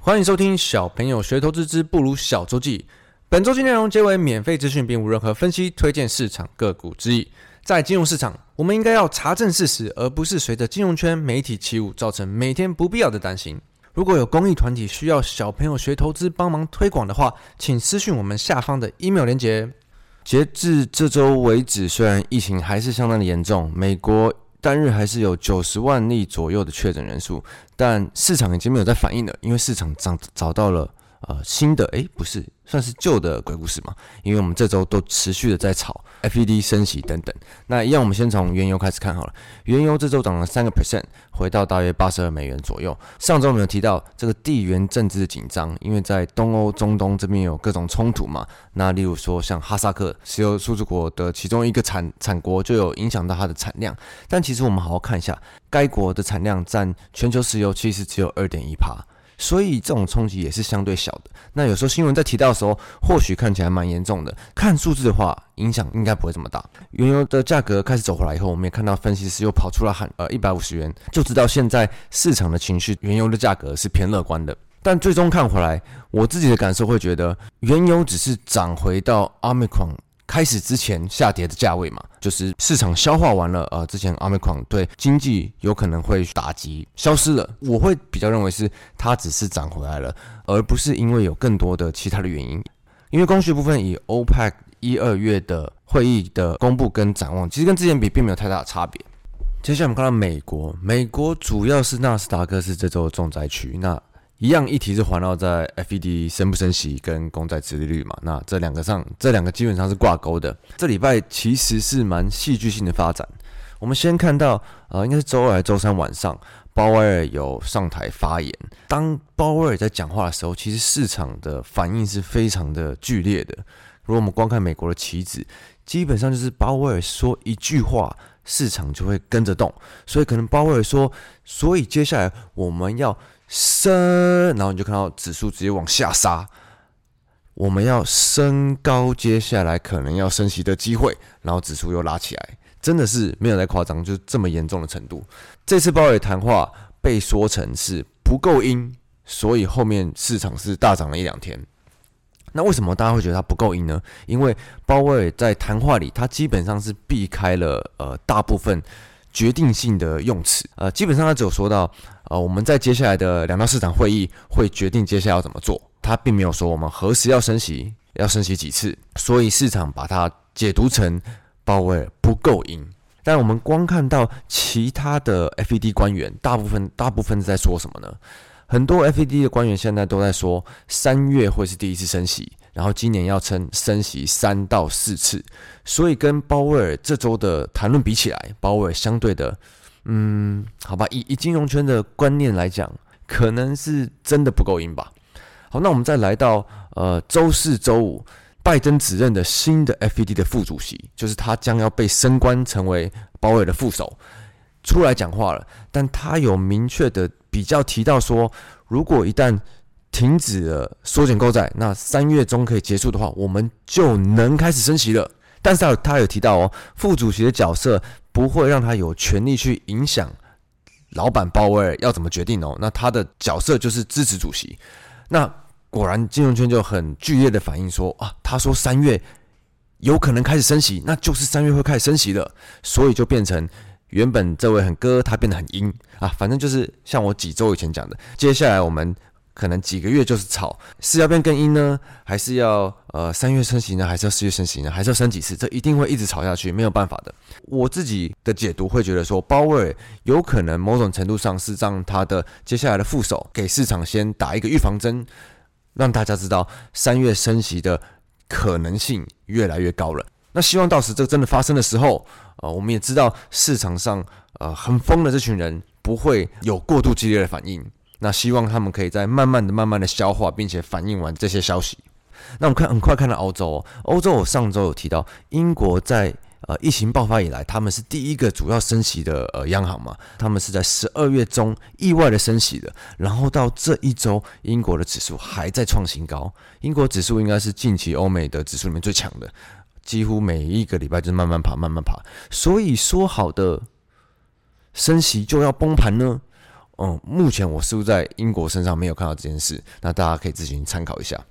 欢迎收听小朋友学投资之不如小周记。本周记内容皆为免费资讯，并无任何分析、推荐市场个股之意。在金融市场，我们应该要查证事实，而不是随着金融圈媒体起舞，造成每天不必要的担心。如果有公益团体需要小朋友学投资帮忙推广的话，请私讯我们下方的 email 连结。截至这周为止，虽然疫情还是相当的严重，美国单日还是有90万例左右的确诊人数，但市场已经没有在反应了，因为市场找到了新的不是算是旧的鬼故事嘛？因为我们这周都持续的在炒 FED 升息等等。那一样，我们先从原油开始看好了。原油这周涨了3%，回到大约82美元左右。上周我们有提到这个地缘政治的紧张，因为在东欧、中东这边有各种冲突嘛。那例如说像哈萨克石油输出国的其中一个产国就有影响到它的产量，但其实我们好好看一下，该国的产量占全球石油其实只有 2.1%。所以这种冲击也是相对小的。那有时候新闻在提到的时候，或许看起来蛮严重的，看数字的话，影响应该不会这么大。原油的价格开始走回来以后，我们也看到分析师又跑出来喊150元，就知道现在市场的情绪，原油的价格是偏乐观的。但最终看回来，我自己的感受会觉得，原油只是涨回到 Omicron开始之前下跌的价位嘛，就是市场消化完了之前 Omicron 对经济有可能会打击消失了，我会比较认为是它只是涨回来了，而不是因为有更多的其他的原因。因为供需部分以 OPEC 1-2月的会议的公布跟展望，其实跟之前比并没有太大的差别。接下来我们看到美国主要是纳斯达克是这周的重灾区，那一样议题是环绕在 FED 升不升息跟公债殖利率嘛，那这两个基本上是挂钩的。这礼拜其实是蛮戏剧性的发展。我们先看到应该是周二还是周三晚上，鲍威尔有上台发言。当鲍威尔在讲话的时候，其实市场的反应是非常的剧烈的。如果我们光看美国的期指，基本上就是鲍威尔说一句话，市场就会跟着动。所以可能鲍威尔说，所以接下来我们要升，然后你就看到指数直接往下杀。我们要升高，接下来可能要升息的机会，然后指数又拉起来，真的是没有在夸张，就是这么严重的程度。这次鲍威尔谈话被说成是不够鹰，所以后面市场是大涨了1-2天。那为什么大家会觉得他不够鹰呢？因为鲍威尔在谈话里，他基本上是避开了大部分决定性的用词，基本上他只有说到，我们在接下来的2到4场会议会决定接下来要怎么做，他并没有说我们何时要升息，要升息几次，所以市场把它解读成鲍威尔不够鹰。但我们光看到其他的 FED 官员，大部分是在说什么呢？很多 FED 的官员现在都在说3月会是第一次升息，然后今年要升息3到4次，所以跟鲍威尔这周的谈论比起来，鲍威尔相对的，好吧，以金融圈的观念来讲，可能是真的不够鹰吧。好，那我们再来到周4、周5，拜登指认的新的 FED 的副主席，就是他将要被升官成为鲍威尔的副手，出来讲话了，但他有明确的比较提到说，如果一旦停止了缩减购债，那3月中可以结束的话，我们就能开始升息了。但是他有提到副主席的角色不会让他有权利去影响老板鲍威尔要怎么决定那他的角色就是支持主席。那果然金融圈就很剧烈的反应说他说3月有可能开始升息，那就是3月会开始升息了，所以就变成原本这位很鸽，他变得很鹰反正就是像我几周以前讲的，接下来我们可能几个月就是吵，是要变更鹰呢，还是要3月升息呢，还是要4月升息呢，还是要升几次？这一定会一直吵下去，没有办法的。我自己的解读会觉得说，鲍威尔有可能某种程度上是让他的接下来的副手给市场先打一个预防针，让大家知道3月升息的可能性越来越高了。那希望到时这真的发生的时候，我们也知道市场上很疯的这群人不会有过度激烈的反应。那希望他们可以再慢慢的消化，并且反映完这些消息。那我们很快看到欧洲我上周有提到，英国在疫情爆发以来，他们是第一个主要升息的央行嘛，他们是在12月中意外的升息的，然后到这一周，英国的指数还在创新高，英国指数应该是近期欧美的指数里面最强的，几乎每一个礼拜就是慢慢爬，所以说好的升息就要崩盘呢？ 目前我似乎在英国身上没有看到这件事，那大家可以自行参考一下。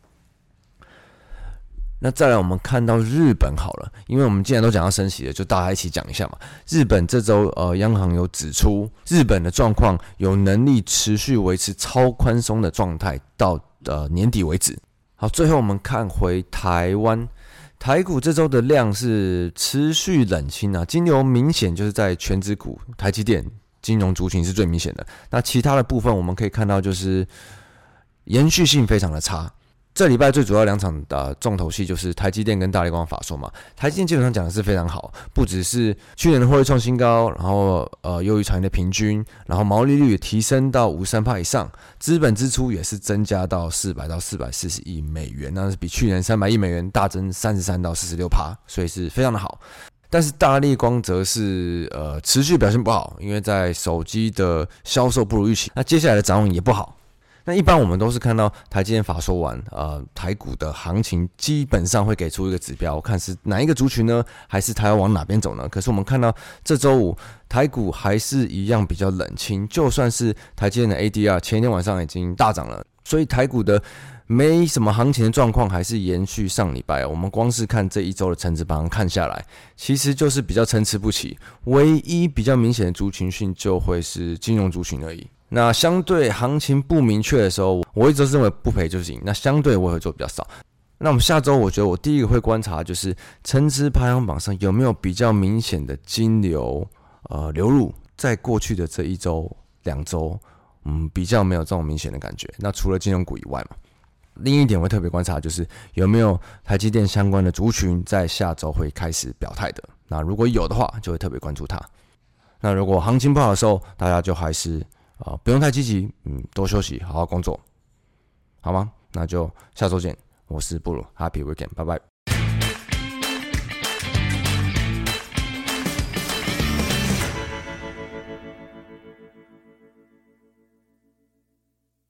那再来我们看到日本好了，因为我们既然都讲到升息了，就大家一起讲一下嘛。日本这周央行有指出，日本的状况有能力持续维持超宽松的状态到年底为止。好，最后我们看回台湾，台股这周的量是持续冷清啊，金流明显就是在全指股、台积电、金融族群是最明显的。那其他的部分我们可以看到就是延续性非常的差。这礼拜最主要2场的重头戏就是台积电跟大立光法说嘛。台积电基本上讲的是非常好，不只是去年的获利创新高，然后优于产业的平均，然后毛利率也提升到53%以上，资本支出也是增加到400到440亿美元，那是比去年300亿美元大增33到46%，所以是非常的好。但是大立光则是持续表现不好，因为在手机的销售不如预期，那接下来的展望也不好。那一般我们都是看到台积电法说完，台股的行情基本上会给出一个指标，看是哪一个族群呢，还是它要往哪边走呢？可是我们看到这周五台股还是一样比较冷清，就算是台积电的 ADR 前一天晚上已经大涨了，所以台股的没什么行情的状况还是延续上礼拜。我们光是看这一周的成值榜看下来，其实就是比较参差不齐，唯一比较明显的族群性就会是金融族群而已。那相对行情不明确的时候，我一直都认为不赔就是赢，那相对我也会做比较少。那我们下周我觉得我第一个会观察就是成值排行榜上有没有比较明显的金流流入，在过去的这1周2周比较没有这种明显的感觉。那除了金融股以外嘛，另一点我会特别观察就是有没有台积电相关的族群在下周会开始表态的，那如果有的话就会特别关注它。那如果行情不好的时候，大家就还是不用太积极，多休息，好好工作，好吗？那就下周见，我是布鲁 ，Happy Weekend， 拜拜。